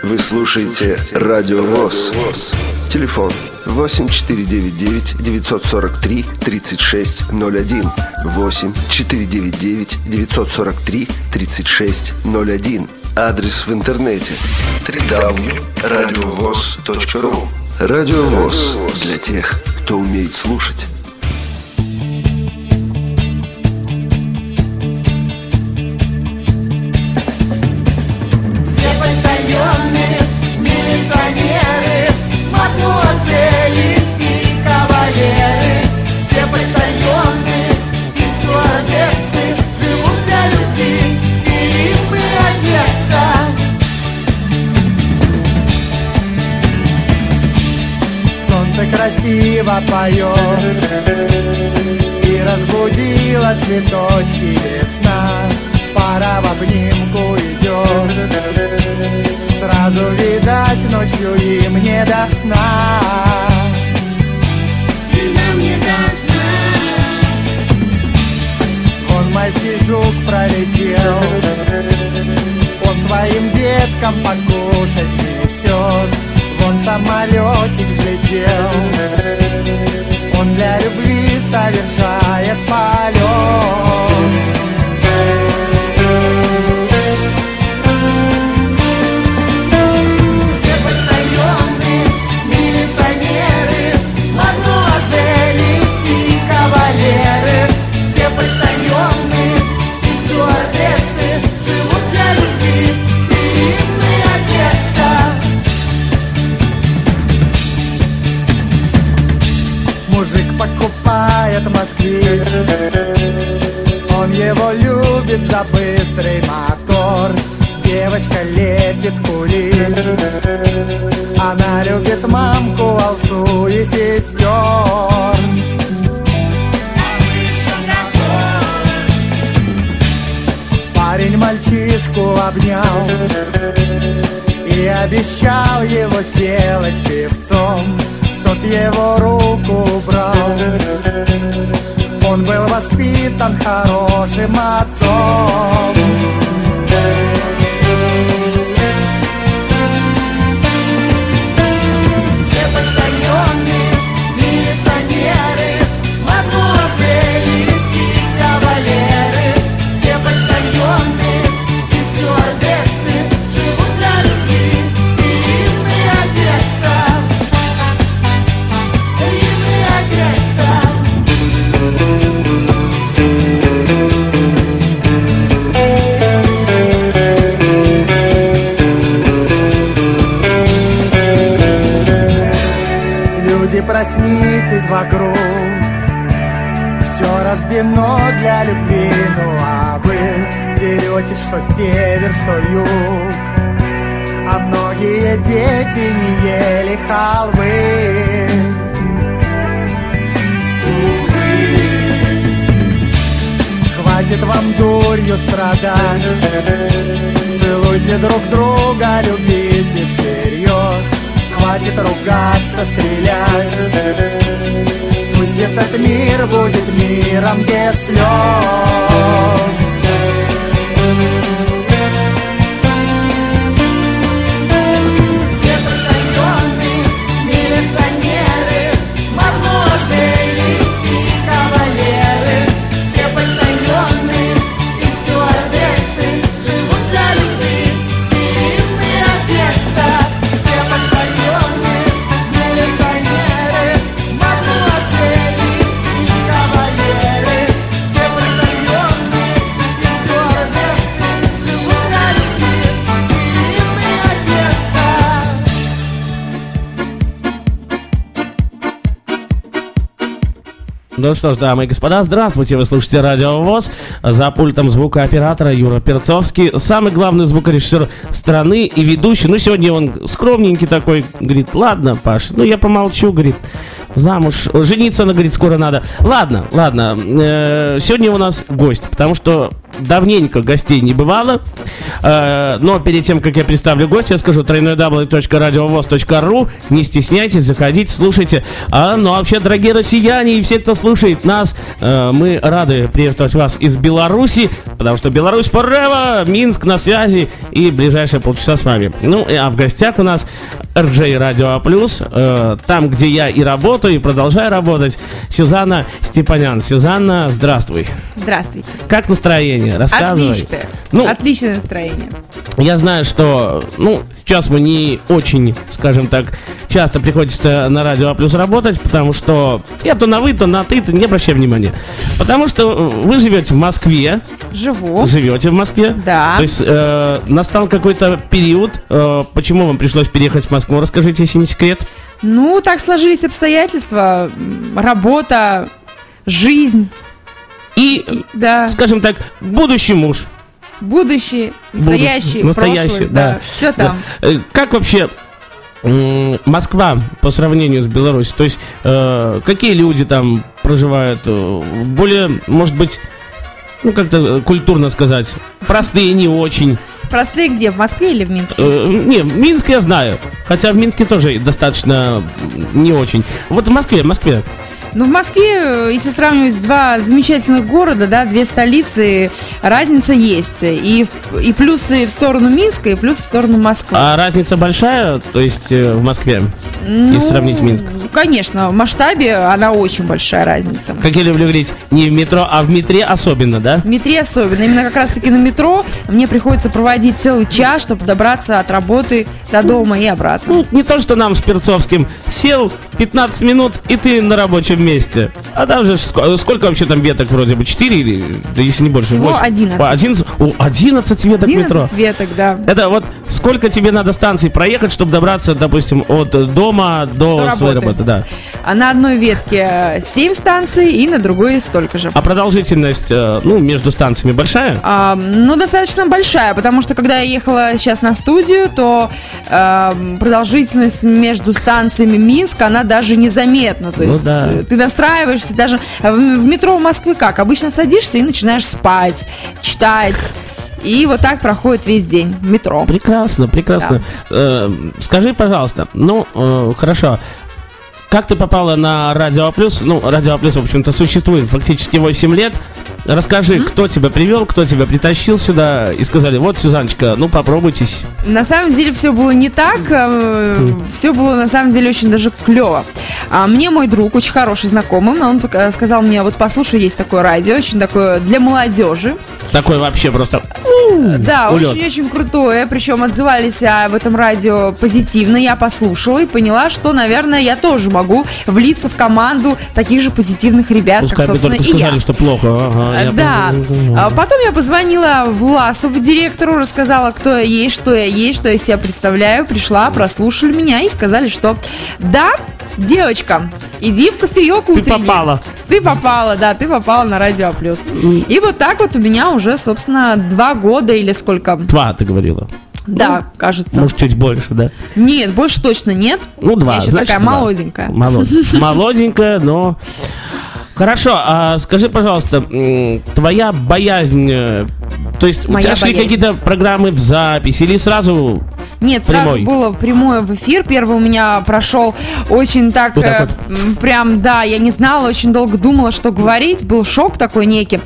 Вы слушаете Радио ВОС. Телефон 8499 943 3601. 8499 943 3601. Адрес в интернете www.radiovoz.ru. Радио ВОС для тех, кто умеет слушать. Милиционеры, мадмуазели и кавалеры, все почтальоны и стюардессы живут для любви, и им бы одеться. Солнце красиво поет и разбудила цветочки весна. Пора в обнимку идет. Сразу видать, ночью им не до сна. И нам не до сна. Вон майский жук пролетел, он своим деткам покушать несет. Вон самолетик взлетел, он для любви совершает полет. Все почтальоны и стюардессы живут для любви, и им не одеться. Мужик покупает москвич, он его любит за быстрый мотор. Девочка лепит кулич, она любит мамку, Алсу и сестер. Парень мальчишку обнял и обещал его сделать певцом. Тот его руку убрал, он был воспитан хорошим отцом. Все почтальоны, милиционеры, мадмуазели и кавалеры, все почтальоны и стюардессы живут для любви, и им не одеться. Им не одеться. Люди, проснитесь вокруг, все рождено для любви, ну а вы деретесь, что север, что юг, а многие дети не ели халвы. Увы, хватит вам дурью страдать, целуйте друг друга, любите всерьез. Хватит ругаться, стрелять, пусть этот мир будет миром без слез. Все почтальоны, милиционеры, мадмуазели и кавалеры, все почтальоны и стюардессы живут для любви, и им не одеться. Все почтальоны, милиционеры, мадмуазели и кавалеры, все почтальоны и стюардессы живут для любви, и им не одеться. Ну что ж, дамы и господа, здравствуйте, вы слушаете Радио ВОС. За пультом звукооператора Юра Перцовский, самый главный звукорежиссер страны и ведущий. Ну, сегодня он скромненький такой, говорит, ладно, Паш, ну я помолчу, говорит, замуж, жениться, она говорит, скоро надо. Ладно, сегодня у нас гость, потому что давненько гостей не бывало. Но перед тем, как я представлю гостя, я скажу www.radiovoz.ru. Не стесняйтесь, заходите, слушайте. Ну а вообще, дорогие россияне и все, кто слушает нас, мы рады приветствовать вас из Беларуси, потому что Беларусь forever, Минск на связи и ближайшие полчаса с вами. Ну, а в гостях у нас RJ Radio A+, там, где я и работаю, и продолжаю работать, Сюзанна Степанян. Сюзанна, здравствуй. Здравствуйте. Как настроение? Рассказывай. Отличное. Ну, Отличное настроение. Я знаю, что, сейчас мы не очень, скажем так, часто приходится на Радио А+ работать, потому что я то на вы, то на ты, не обращай внимания. Потому что вы живете в Москве. Живете в Москве. Да. То есть настал какой-то период, почему вам пришлось переехать в Москву, расскажите, если не секрет. Ну, так сложились обстоятельства, работа, жизнь. И да. Скажем так, будущий муж. Будущий, настоящий, прошлый, да. Все там. Как вообще Москва по сравнению с Беларусью? То есть какие люди там проживают? Более, может быть, как-то культурно сказать, простые, не очень. Простые где? В Москве или в Минске? Не, Минск я знаю. Хотя в Минске тоже достаточно не очень. Вот в Москве. Ну, в Москве, если сравнивать два замечательных города, да, две столицы, разница есть. И плюсы в сторону Минска, и плюсы в сторону Москвы. А разница большая, то есть в Москве, если сравнить с Минском? Конечно, в масштабе она очень большая разница. Как я люблю говорить, не в метро, а в метре особенно, да? В метре особенно. Именно как раз-таки на метро мне приходится проводить целый час, чтобы добраться от работы до дома и обратно. Не то, что нам с Перцовским сел 15 минут, и ты на рабочем месте. А там же сколько вообще там веток вроде бы? 4 или, да если не больше? Всего 8. 11. 11 веток 11 метро. веток, да. Это вот сколько тебе надо станций проехать, чтобы добраться, допустим, от дома до своей работы, да? А на одной ветке 7 станций и на другой столько же. А продолжительность, между станциями большая? Достаточно большая, потому что когда я ехала сейчас на студию, то продолжительность между станциями Минска, она даже незаметна. То есть ты настраиваешься, даже в метро Москвы как? Обычно садишься и начинаешь спать, читать. И вот так проходит весь день в метро. Прекрасно. Да. Скажи, пожалуйста, хорошо. Как ты попала на Радио А+? Радио А+, в общем-то, существует фактически 8 лет. Расскажи, кто тебя привел, кто тебя притащил сюда и сказали, вот, Сюзаночка, попробуйтесь. На самом деле все было не так, все было на самом деле очень даже клево. Мне мой друг, очень хороший знакомый, он сказал мне, вот послушай, есть такое радио, очень такое для молодежи. Такое вообще просто... Да, очень-очень крутое, причем отзывались об этом радио позитивно, я послушала и поняла, что, наверное, я тоже могу влиться в команду таких же позитивных ребят, пускай как, собственно, и сказали, я. что плохо. Да. Потом я позвонила Власову, директору, рассказала, кто я есть, что я из себя представляю. Пришла, прослушали меня и сказали, что да, девочка, иди в кофеек утренний. Ты попала на Радио А+. И вот так вот у меня уже, собственно, 2 года или сколько. 2, ты говорила. Да, кажется. Может, чуть больше, да? Нет, больше точно нет. 2. Я еще такая молоденькая. Молоденькая, но... Хорошо, а скажи, пожалуйста, твоя боязнь, то есть у тебя шли какие-то программы в запись или сразу... Нет, прямой? Сразу было прямое в эфир. Первый у меня прошел очень так, прям, да, я не знала, очень долго думала, что говорить. Был шок такой некий.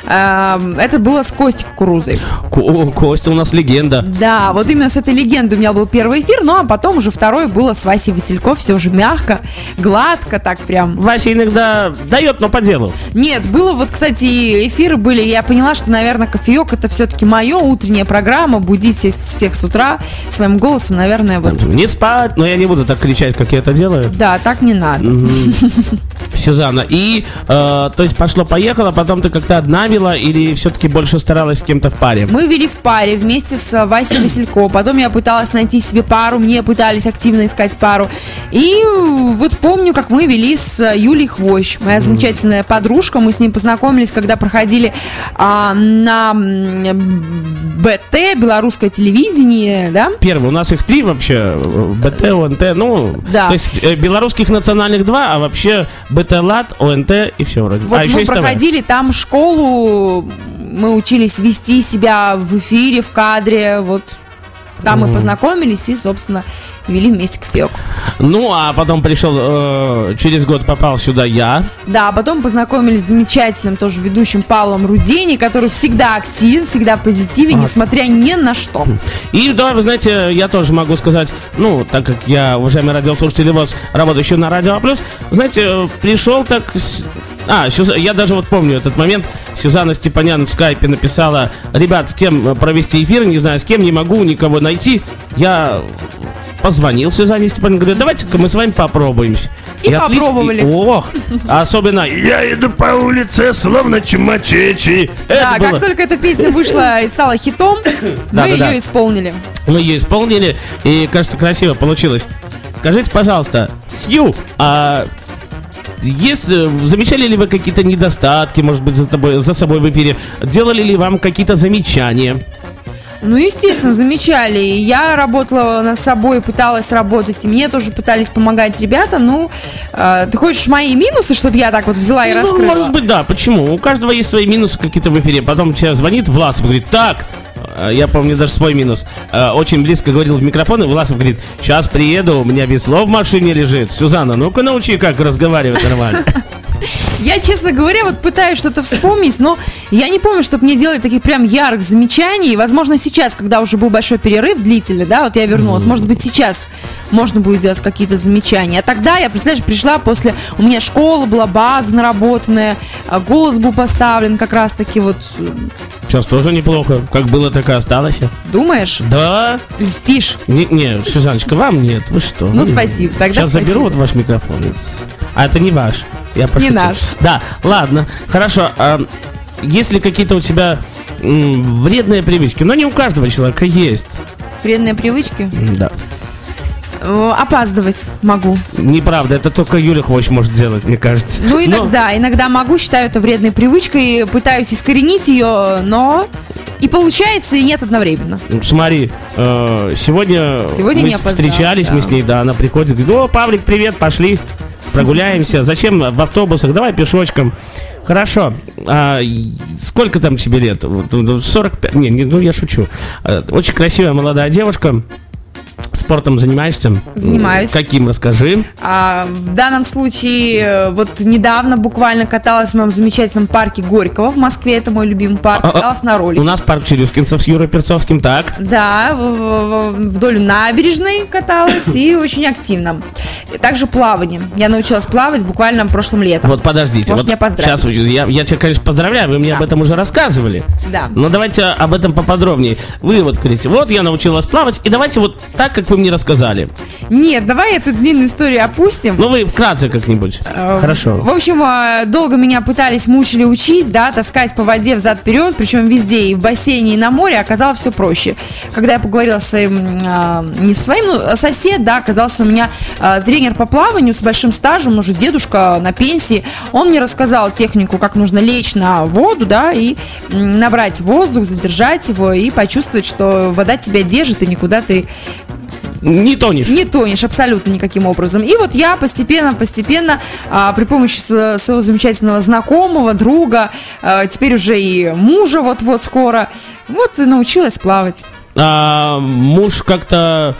Это было с Костей Кукурузой. Костя у нас легенда. Да, вот именно с этой легендой у меня был первый эфир, ну а потом уже второй было с Васей Васильков. Все уже мягко, гладко, так прям. Вася иногда дает, но по делу. Нет, было вот, кстати, эфиры были. Я поняла, что, наверное, кофеек это все-таки мое утренняя программа. Будить всех с утра своим голосом, наверное, вот. Не спать, но я не буду так кричать, как я это делаю. Да, так не надо. Сюзанна, и, то есть пошло-поехало, потом ты как-то одна вела или все-таки больше старалась с кем-то в паре? Мы вели в паре вместе с Васей Василько. Потом я пыталась найти себе пару, мне пытались активно искать пару. И вот помню, как мы вели с Юлией Хвощ, моя замечательная подружка. Мы с ней познакомились, когда проходили на БТ, белорусское телевидение, да? Первый вы? У нас их 3 вообще. БТ, ОНТ, ну... Да. То есть белорусских национальных 2, а вообще БТ, ЛАТ, ОНТ и все вроде. Вот еще мы есть ТВ. проходили там школу, мы учились вести себя в эфире, в кадре, вот там мы познакомились и, собственно, вели вместе кофеек. Ну, а потом пришел, через год попал сюда я. Да, потом познакомились с замечательным тоже ведущим Павлом Рудени, который всегда активен, всегда позитивен, несмотря ни на что. И да, вы знаете, я тоже могу сказать, ну, так как я, уважаемый радиослушатель ВОС, работающий на Радио Плюс, знаете, пришел так... я даже вот помню этот момент. Сюзанна Степанян в скайпе написала: ребят, с кем провести эфир, не знаю, с кем, не могу никого найти. Я позвонил Сюзанне Степанян, говорю, давайте-ка мы с вами попробуемся. И попробовали. Ох, особенно я иду по улице, словно чумачечи. Да, как только эта песня вышла и стала хитом, мы ее исполнили. Мы ее исполнили, и, кажется, красиво получилось. Скажите, пожалуйста, Сью, замечали ли вы какие-то недостатки, может быть, за собой в эфире? Делали ли вам какие-то замечания? Ну, естественно, замечали. Я работала над собой, пыталась работать, и мне тоже пытались помогать ребята. Ну, ты хочешь мои минусы, чтобы я так вот взяла и раскрыла? Может быть, да. Почему? У каждого есть свои минусы какие-то в эфире. Потом тебе звонит Власов и говорит: так, я помню даже свой минус. Очень близко говорил в микрофон, и Власов говорит: сейчас приеду, у меня весло в машине лежит. Сюзанна, ну-ка научи, как разговаривать нормально. Я, честно говоря, вот пытаюсь что-то вспомнить, но я не помню, чтобы мне делали таких прям ярких замечаний. Возможно, сейчас, когда уже был большой перерыв длительный, да, вот я вернулась, может быть, сейчас можно будет сделать какие-то замечания. А тогда я, представляешь, пришла после... У меня школа была, база наработанная, голос был поставлен как раз-таки вот... Сейчас тоже неплохо. Как было, так и осталось. Думаешь? Да. Льстишь? Не, Сюзаночка, вам нет. Вы что? Ну, спасибо. Тогда сейчас спасибо. заберу вот ваш микрофон. А это не ваш. Я пошутил. Не наш. Да, ладно, хорошо. Есть ли какие-то у тебя вредные привычки? Но не у каждого человека есть. Вредные привычки? Да. Опаздывать могу. Неправда, это только Юля Хвощ может делать, мне кажется. Ну, иногда могу, считаю это вредной привычкой, пытаюсь искоренить ее, но и получается, и нет одновременно. Смотри, сегодня мы не опоздала, встречались, да. мы с ней, да, она приходит, говорит: о, Павлик, привет, пошли, прогуляемся. Зачем в автобусах? Давай пешочком. Хорошо. Сколько там тебе лет? 45? Ну я шучу. Очень красивая молодая девушка. Спортом занимаешься? Занимаюсь. Каким, расскажи. В данном случае, вот недавно буквально каталась в моем замечательном парке Горького в Москве, это мой любимый парк, каталась на ролике. У нас парк Челюскинцев с Юрой Перцовским, так? Да, вдоль набережной каталась и очень активно. И также плавание. Я научилась плавать буквально прошлым летом. Вот подождите. Можешь меня поздравить. Сейчас я тебя, конечно, поздравляю, вы мне об этом уже рассказывали. Да. Но давайте об этом поподробнее. Вы вот говорите: вот я научилась плавать, и давайте вот так, как вы мне рассказали. Нет, давай эту длинную историю опустим. Ну вы вкратце как-нибудь. Хорошо. В общем, долго меня пытались, мучили учить, да, таскать по воде взад-вперед, причем везде, и в бассейне, и на море, оказалось все проще. Когда я поговорила с своим, не со своим, но сосед, да, оказался у меня тренер по плаванию с большим стажем, уже дедушка на пенсии, он мне рассказал технику, как нужно лечь на воду, да, и набрать воздух, задержать его и почувствовать, что вода тебя держит и никуда ты не тонешь. Не тонешь абсолютно никаким образом. И вот я постепенно при помощи своего замечательного знакомого, друга, теперь уже и мужа вот-вот скоро, вот и научилась плавать. Муж как-то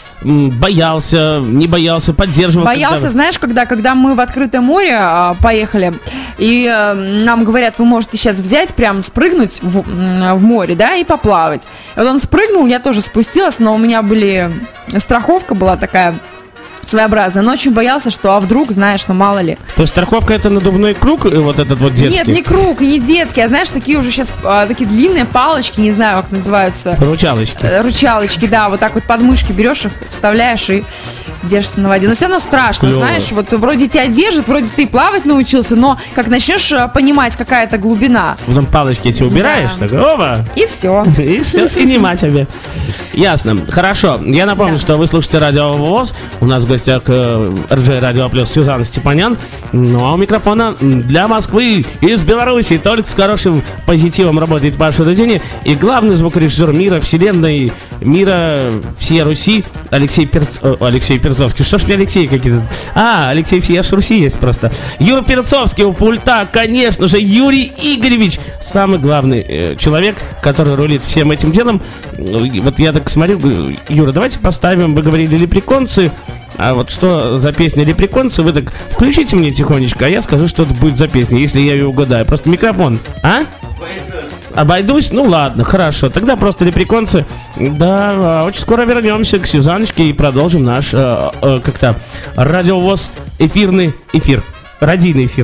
боялся, не боялся, поддерживал? Боялся, знаешь, когда мы в открытое море поехали, и нам говорят: вы можете сейчас взять, прям спрыгнуть в море, да, и поплавать. И вот он спрыгнул, я тоже спустилась, но у меня страховка была такая своеобразная, но очень боялся, что вдруг, знаешь, ну мало ли. То есть страховка — это надувной круг, вот этот вот детский? Нет, не круг, и не детский, а знаешь, такие уже сейчас такие длинные палочки, не знаю, как называются. Ручалочки. Ручалочки, да, вот так вот под мышки берешь их, вставляешь и держишься на воде. Но все равно страшно, клево. Знаешь, вот вроде тебя держит, вроде ты плавать научился, но как начнешь понимать, какая-то глубина. Потом палочки эти убираешь, Да. так, оба! И все. И все, и нема тебе. Ясно. Хорошо. Я напомню, Да. что вы слушаете Радио ВОС. У нас в гостях гостях RJ Radio Plus Сюзанна Степанян. Ну а у микрофона для Москвы из Беларуси только с хорошим позитивом работает Паша Дудини. И главный звукорежиссер мира, вселенной, мира, всей Руси Алексей Перцовский. Что ж мне Алексей какие-то... Алексей всей Руси есть просто. Юра Перцовский у пульта, конечно же, Юрий Игоревич. Самый главный человек, который рулит всем этим делом. Вот я так смотрю, Юра, давайте поставим, вы говорили, лепреконцы. А вот что за песня «Лепреконцы», вы так включите мне тихонечко, а я скажу, что это будет за песня, если я ее угадаю. Просто микрофон, Обойдусь? Ну ладно, хорошо. Тогда просто «Лепреконцы». Да, очень скоро вернемся к Сюзаночке и продолжим наш радиовоз эфирный эфир. Радийный эфир.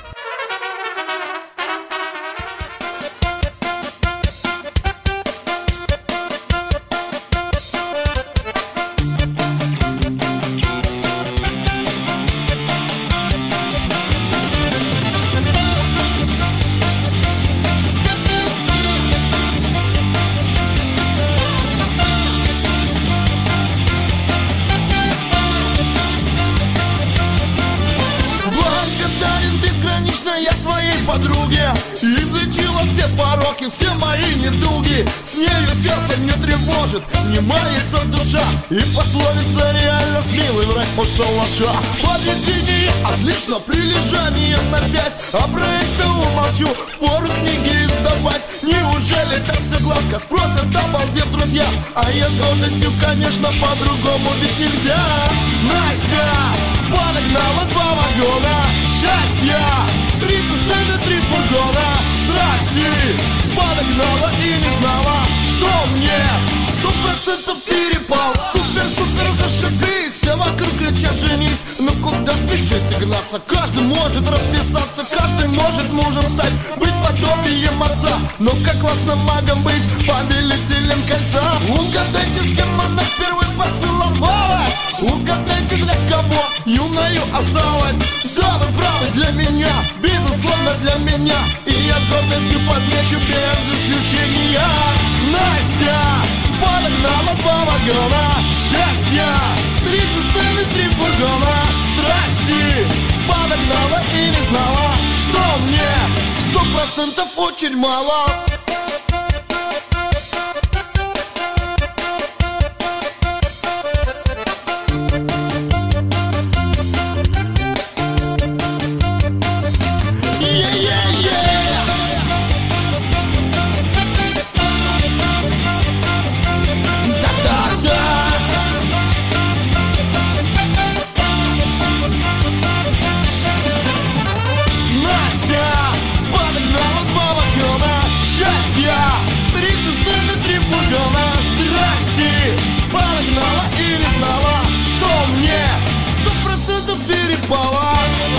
Подруге излечила все пороки, все мои недуги. С нею сердце не тревожит, не мается душа. И пословица реально с милой враг пошел лоша. Подведение отлично, прилежание на 5. А проекта умолчу, впору книги издавать. Неужели так все гладко, спросят, обалдев, друзья. А я с гордостью, конечно, по-другому ведь нельзя. Настя подогнала 2 вагона счастья, 3 цистерны, 3 фургона страсти. Подогнала и не знала, что мне 100% перепал. Супер, зашибись, все вокруг кричат женись. Ну куда спешить и гнаться? Каждый может расписаться, каждый может мужем стать, быть подобием отца. Но как классно магом быть повелителем кольца. Угадайте, с кем она впервые поцеловалась. Угадайте, для кого юною осталась. Да, вы правы, для меня, безусловно для меня. И я с гордостью подмечу без исключения. Настя подогнала 2 вагона счастья, 3 цистерны, 3 фургона страсти. Подогнала и не знала, что мне 100% очень мало. Подогнала и не знала, что мне 100% перепало.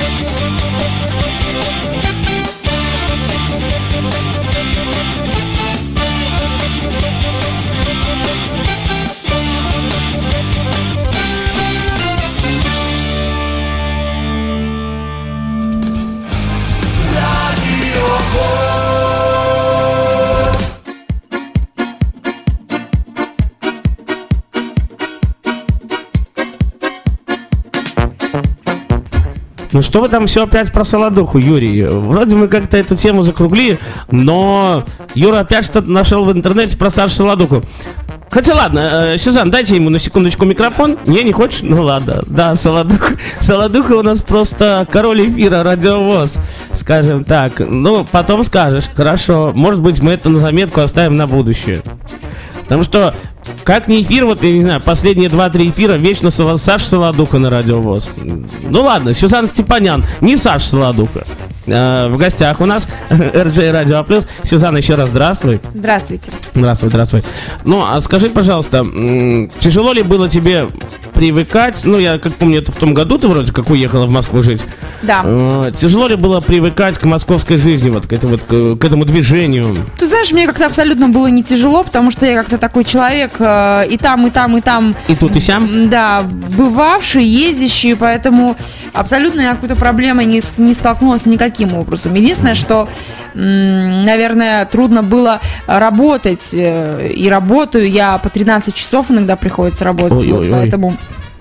Ну что вы там все опять про Солодуху, Юрий? Вроде мы как-то эту тему закруглили, но Юра опять что-то нашел в интернете про Сашу Солодуху. Хотя ладно, Сюзан, дайте ему на секундочку микрофон. Не хочешь? Ну ладно. Да, Солодуха у нас просто король эфира, радиовоз, скажем так. Ну, потом скажешь, хорошо. Может быть, мы это на заметку оставим на будущее. Потому что, как не эфир, вот, я не знаю, последние 2-3 эфира вечно Саша Солодуха на радиовоз. Ну ладно, Сюзанна Степанян, не Саша Солодуха. В гостях у нас RJ Radio Plus. Сюзанна, еще раз здравствуй. Здравствуйте. Здравствуй. Ну, а скажи, пожалуйста, тяжело ли было тебе привыкать? Ну, я как помню, это в том году ты вроде как уехала в Москву жить. Да. Тяжело ли было привыкать к московской жизни, вот к этому движению? Ты знаешь, мне как-то абсолютно было не тяжело, потому что я как-то такой человек и там. И тут, и сям? Да, бывавший, ездящий, поэтому абсолютно я какой-то проблемой не столкнулась никаким образом. Единственное, что, наверное, трудно было работать, и работаю я по 13 часов иногда приходится работать, вот, поэтому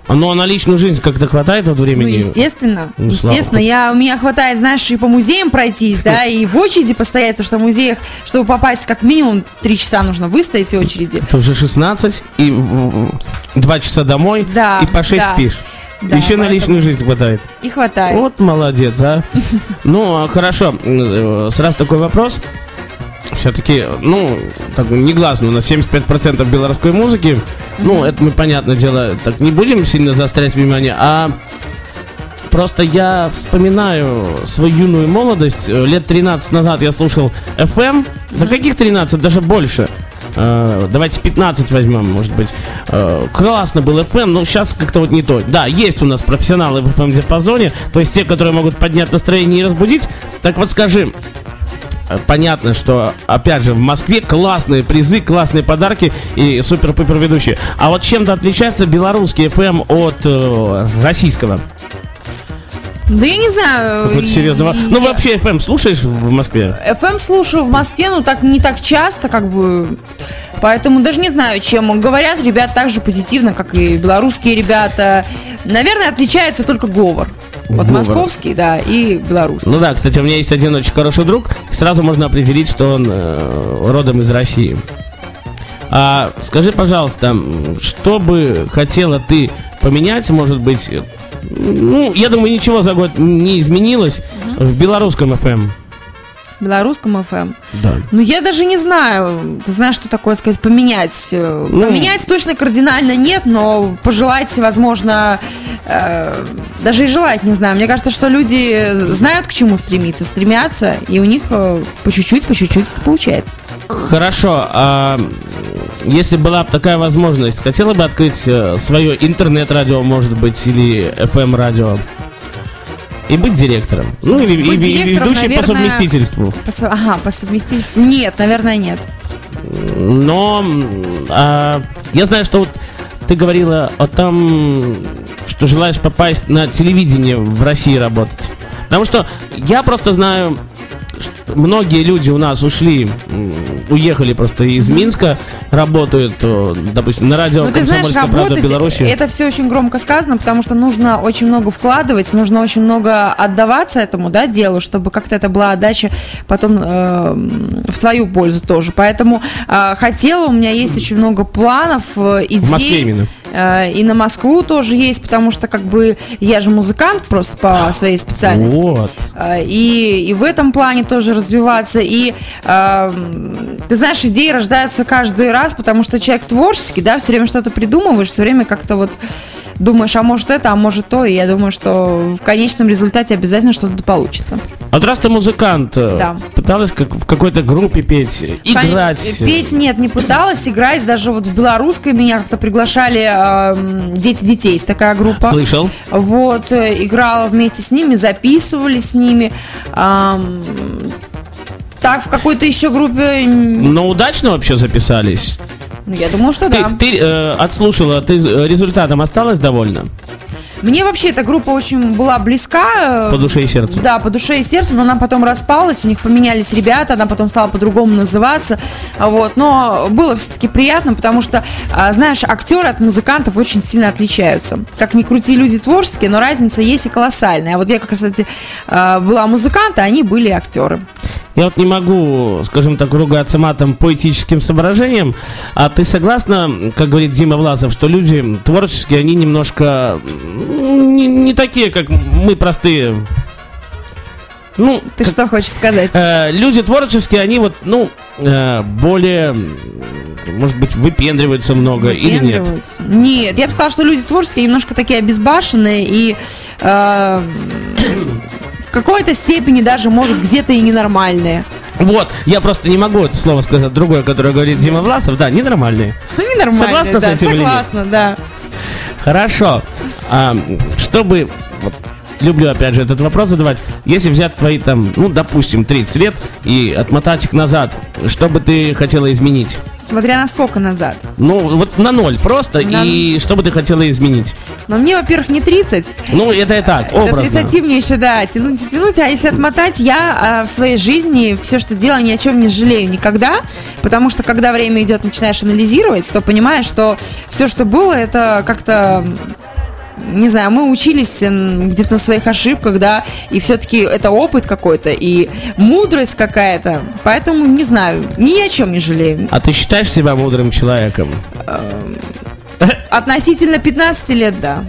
Но на личную жизнь как-то хватает вот Ну, времени? естественно, Ну, слава естественно. У меня хватает, знаешь, и по музеям пройтись, да, и в очереди постоять, потому что в музеях, чтобы попасть, как минимум 3 часа нужно выстоять в очереди. Это уже 16, и 2 часа домой, Да, и по 6 да. спишь. Да, Еще на поэтому личную жизнь хватает. И хватает. Вот молодец, а. Ну, хорошо. Сразу такой вопрос. Все-таки, ну, так негласно, у нас 75% белорусской музыки. Ну, это мы, понятное дело, так не будем сильно заострять внимание, а просто я вспоминаю свою юную молодость. Лет 13 назад я слушал FM. Да каких 13, даже больше. Давайте 15 возьмем, может быть. Классно был FM, но сейчас как-то вот не то. Да, есть у нас профессионалы в FM-диапазоне, то есть те, которые могут поднять настроение и разбудить. Так вот скажи, понятно, что, опять же, в Москве классные призы, классные подарки и супер-пупер ведущие. А вот чем-то отличается белорусский FM от российского? Да я не знаю. Какой-то серьезного. Ну, вообще FM слушаешь в Москве? FM слушаю в Москве, но так не так часто, как бы. Поэтому даже не знаю, чем. Говорят ребят так же позитивно, как и белорусские ребята. Наверное, отличается только говор. Вот Говор. московский, да, и белорусский. Ну да, кстати, у меня есть один очень хороший друг. Сразу можно определить, что он родом из России. А скажи, пожалуйста, что бы хотела ты поменять, может быть, ну, я думаю, ничего за год не изменилось в белорусском FM. В белорусском FM. Да. Ну, я даже не знаю, ты знаешь, что такое сказать, поменять. Поменять точно кардинально нет, но пожелать, возможно, даже и желать, не знаю. Мне кажется, что люди знают, к чему стремиться, стремятся, и у них по чуть-чуть это получается. Хорошо, а если была бы такая возможность, хотела бы открыть свое интернет-радио, может быть, или FM-радио? И быть директором. Ну, или Быть директором, ведущей по наверное, совместительству. По совместительству. Нет, наверное, нет. Но я знаю, что вот ты говорила о том, что желаешь попасть на телевидение в России работать. Потому что я просто знаю, что многие люди у нас уехали просто из Минска, работают, допустим, на радио Ну, ты знаешь, «Комсомольская правда» работать, Беларуси. это все очень громко сказано, потому что нужно очень много вкладывать, нужно очень много отдаваться этому, да, делу, чтобы как-то это была отдача потом в твою пользу тоже. Поэтому хотела, у меня есть очень много планов, идей. В Москве именно. И на Москву тоже есть, потому что как бы я же музыкант просто по своей специальности. Вот. И в этом плане тоже развиваться. И ты знаешь, идеи рождаются каждый раз, потому что человек творческий, да, все время что-то придумываешь, все время как-то вот думаешь, а может это, а может то. И я думаю, что в конечном результате обязательно что-то получится. А вот раз ты музыкант, Да. пыталась в какой-то группе петь, играть? Петь нет, не пыталась играть. Даже вот в белорусской меня как-то приглашали «Дети детей», есть такая группа. Слышал. Вот, играла вместе с ними, записывали с ними. Так, в какой-то еще группе, Но удачно вообще записались? ну, я думаю, что да. Ты отслушала, ты результатом осталась довольна? Мне вообще эта группа очень была близка. По душе и сердцу. Да, по душе и сердцу, но она потом распалась, у них поменялись ребята, она потом стала по-другому называться. Вот. Но было все-таки приятно, потому что, знаешь, актеры от музыкантов очень сильно отличаются. Как ни крути, люди творческие, но разница есть и колоссальная. Вот я, как, кстати, была музыкант, а они были актеры. Я вот не могу, скажем так, ругаться матом поэтическим соображением. А ты согласна, как говорит Дима Власов, что люди творческие, они немножко не такие, как мы простые? Ну, Ты что хочешь сказать? люди творческие, они вот, более, может быть, выпендриваются много или нет? Выпендриваются? Нет, я бы сказала, что люди творческие немножко такие обезбашенные и в какой-то степени даже, может, где-то и ненормальные. Вот, я просто не могу это слово сказать другое, которое говорит Дима Власов. Да, ненормальные. Ненормальные, Согласна с да, этим или нет? согласна, да. Хорошо. Чтобы... вот, люблю, опять же, этот вопрос задавать. Если взять твои, там, допустим, 30 лет и отмотать их назад, что бы ты хотела изменить? Смотря на сколько назад. Вот на 0 просто. И что бы ты хотела изменить? Но мне, во-первых, не 30. Это и так, До образно. 30 мне еще, да, тянуть. А если отмотать, я в своей жизни все, что делаю, ни о чем не жалею никогда. Потому что, когда время идет, начинаешь анализировать, то понимаешь, что все, что было, это как-то не знаю, мы учились где-то на своих ошибках, да, и все-таки это опыт какой-то, и мудрость какая-то, поэтому, не знаю, ни о чем не жалею. А ты считаешь себя мудрым человеком? Относительно 15 лет, да.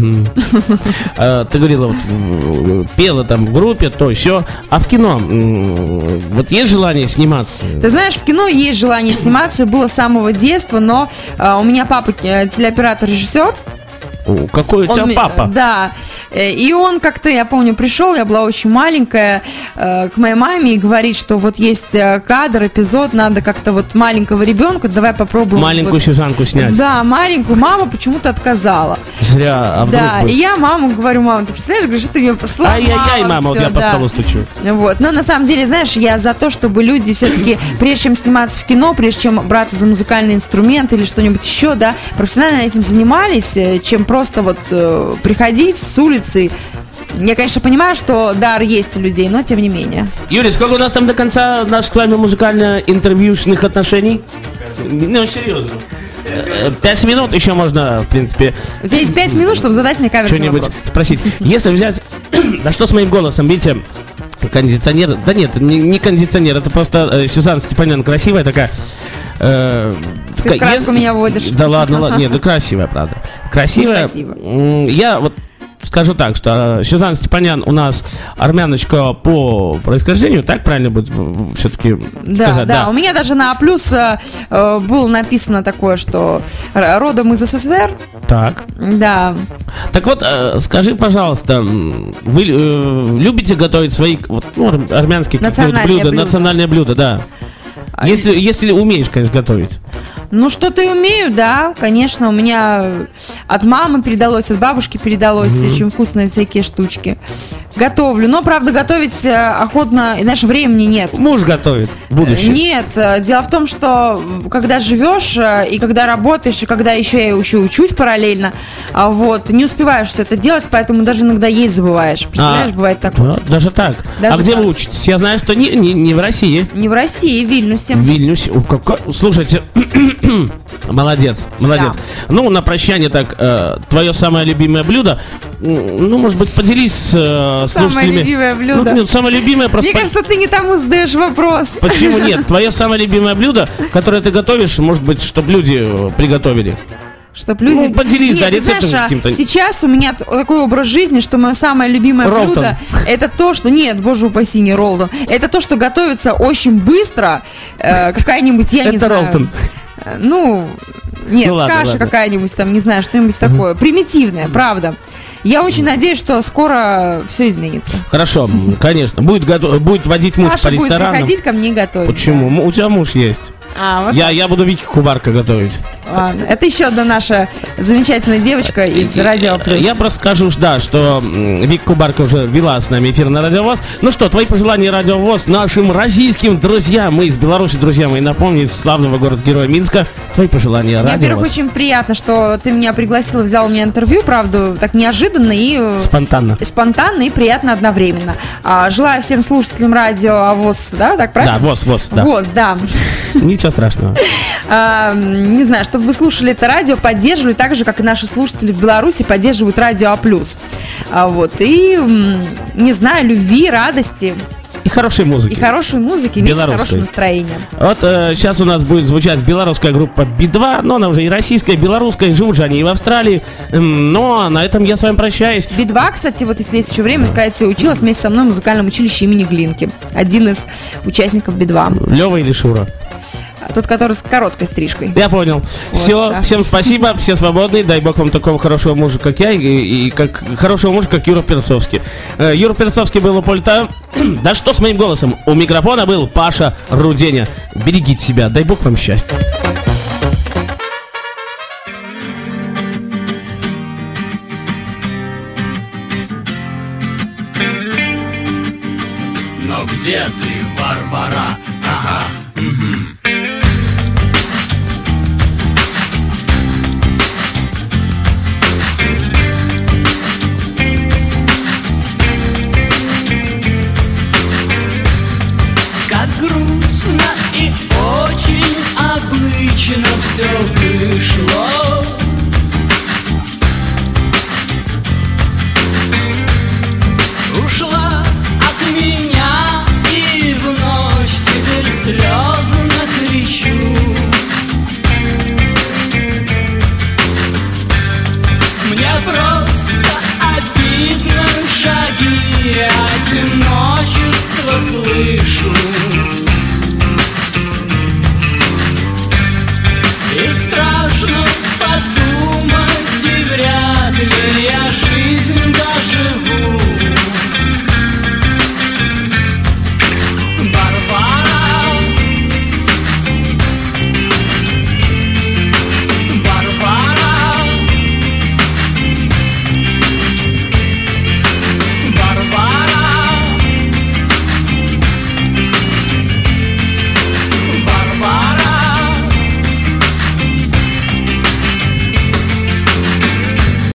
Ты говорила, вот, пела там в группе, то еще. А в кино вот есть желание сниматься? Ты знаешь, в кино есть желание сниматься, было с самого детства, но у меня папа телеоператор-режиссер. Какой у тебя папа? Да. И он как-то, я помню, пришел, я была очень маленькая, к моей маме и говорит, что вот есть кадр, эпизод, надо как-то вот маленького ребенка, давай попробуем. Маленькую вот, Сюзанку снять. Да, маленькую. Мама почему-то отказала. Зря, а вдруг да, будет? И я маму говорю, мама, ты представляешь, говорю, что ты мне сломала. Ай-яй-яй, мама, вот всё, я по столу стучу. Вот. Но на самом деле, знаешь, я за то, чтобы люди все-таки, прежде чем сниматься в кино, прежде чем браться за музыкальный инструмент или что-нибудь еще, да, профессионально этим занимались, чем просто вот приходить с улицы. Я, конечно, понимаю, что дар есть у людей, но тем не менее. Юрий, сколько у нас там до конца наших с вами музыкально-интервьюшных отношений? Ну, серьезно. 5 минут еще можно, в принципе, У тебя есть 5 минут, чтобы задать мне каверзный что-нибудь вопрос. спросить. Если взять... Да что с моим голосом, видите, кондиционер... Да нет, не кондиционер, это просто Сюзанна Степанян красивая такая... Ты в краску меня вводишь. Да ладно, нет, ну красивая, правда. Красивая. Спасибо. Я вот скажу так, что Сюзанна Степанян у нас армяночка по происхождению, так правильно будет все-таки сказать? Да, у меня даже на А+, было написано такое, что родом из СССР. Так. Да. Так вот, скажи, пожалуйста, вы любите готовить свои вот, ну, армянские Национальные блюда, блюда. национальные блюда, да? Если умеешь, конечно, готовить. Ну, что-то и умею, да, конечно, у меня от мамы передалось, от бабушки передалось очень вкусные всякие штучки. Готовлю, но, правда, готовить охотно, и, знаешь, времени нет. Муж готовит, будущее. Нет, дело в том, что когда живешь, и когда работаешь, и когда еще я учусь параллельно, вот, не успеваешь все это делать, поэтому даже иногда есть забываешь. Представляешь, бывает такое. Да, даже так. Даже а где так. вы учитесь? Я знаю, что не в России. Не в России, в Вильнюсе. В Вильнюсе. Слушайте, молодец. Да. Ну, на прощание так, твое самое любимое блюдо. Ну, может быть, поделись с слушателями. Самое любимое блюдо. Ну, самое любимое просто... Мне кажется, ты не тому задаешь вопрос. Почему нет? Твое самое любимое блюдо, которое ты готовишь, может быть, чтобы люди приготовили. Чтоб люди... Ну, поделись, Нет, да, ты рецептом знаешь, каким-то. Сейчас у меня такой образ жизни, что мое самое любимое Роллтон. блюдо это то, что... Нет, боже упаси, не роллтон. Это то, что готовится очень быстро. Какая-нибудь, я не Это знаю... роллтон. Ну, нет, Ну, ладно, каша ладно. какая-нибудь там, не знаю, что-нибудь такое. Примитивное, правда. Я очень надеюсь, что скоро все изменится. Хорошо, конечно. Будет водить муж Паша по будет ресторанам. приходить ко мне готовить. Почему? У тебя муж есть. А, вот Я буду Вики Кубарка готовить. ладно. Это еще одна наша замечательная девочка из Радио Плюс. Я просто скажу, да, что Вика Кубарка уже вела с нами эфир на Радио ВОС. Ну что, твои пожелания Радио ВОС нашим российским друзьям. Мы из Беларуси, друзья мои, напомню, из славного города-героя Минска. Твои пожелания Мне, Радио во-первых, ВОС. очень приятно, что ты меня пригласила, взял у меня интервью, правда, так неожиданно и Спонтанно. и приятно одновременно. Желаю всем слушателям радио ВОС, да, так правильно? Да, ВОС, да. ВОС, да. Ничего страшного. Не знаю, чтобы вы слушали это радио, поддерживали так же, как и наши слушатели в Беларуси поддерживают Радио А+. Вот, и, не знаю, любви, радости И хорошей музыки. и хорошей музыки, вместе с Белорусской. хорошим настроением. Вот сейчас у нас будет звучать белорусская группа Би-2, но она уже и российская, и белорусская, живут же они и в Австралии. Но на этом я с вами прощаюсь. Би-2, кстати, вот если есть еще время сказать, училась вместе со мной в музыкальном училище имени Глинки. Один из участников Би-2. Лева или Шура? Тот, который с короткой стрижкой. Я понял. Все, да. всем спасибо, все свободны. Дай бог вам такого хорошего мужа, как я, и как хорошего мужа, как Юра Перцовский. Юра Перцовский был у пульта. Да что с моим голосом? У микрофона был Паша Руденя. Берегите себя, дай бог вам счастья. Но где ты, Варвара? Ага. Как грустно и очень обычно все вышло. Мне просто обидно, шаги одиночества слышу. И страшно под